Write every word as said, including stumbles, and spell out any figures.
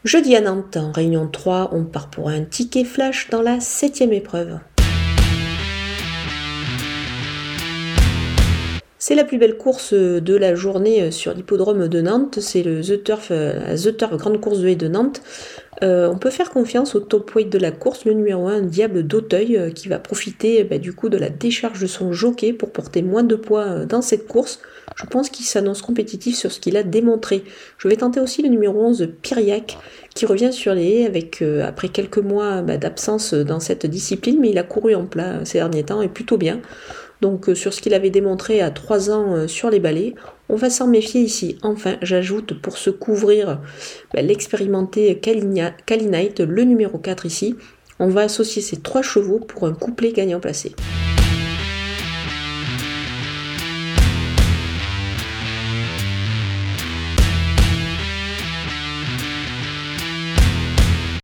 Jeudi à Nantes, en réunion trois, on part pour un ticket flash dans la septième épreuve. C'est la plus belle course de la journée sur l'hippodrome de Nantes, c'est le The Turf, la The Turf Grande Course de Haie de Nantes. Euh, on peut faire confiance au top weight de la course, le numéro un, Diable d'Auteuil, euh, qui va profiter bah, du coup de la décharge de son jockey pour porter moins de poids euh, dans cette course. Je pense qu'il s'annonce compétitif sur ce qu'il a démontré. Je vais tenter aussi le numéro onze, Piriac, qui revient sur les haies avec, euh, après quelques mois bah, d'absence dans cette discipline, mais il a couru en plat euh, ces derniers temps et plutôt bien. Donc euh, sur ce qu'il avait démontré à trois ans euh, sur les balais, on va s'en méfier ici. Enfin, j'ajoute pour se couvrir bah, l'expérimenté Kalinite, le numéro quatre ici. On va associer ces trois chevaux pour un couplet gagnant placé.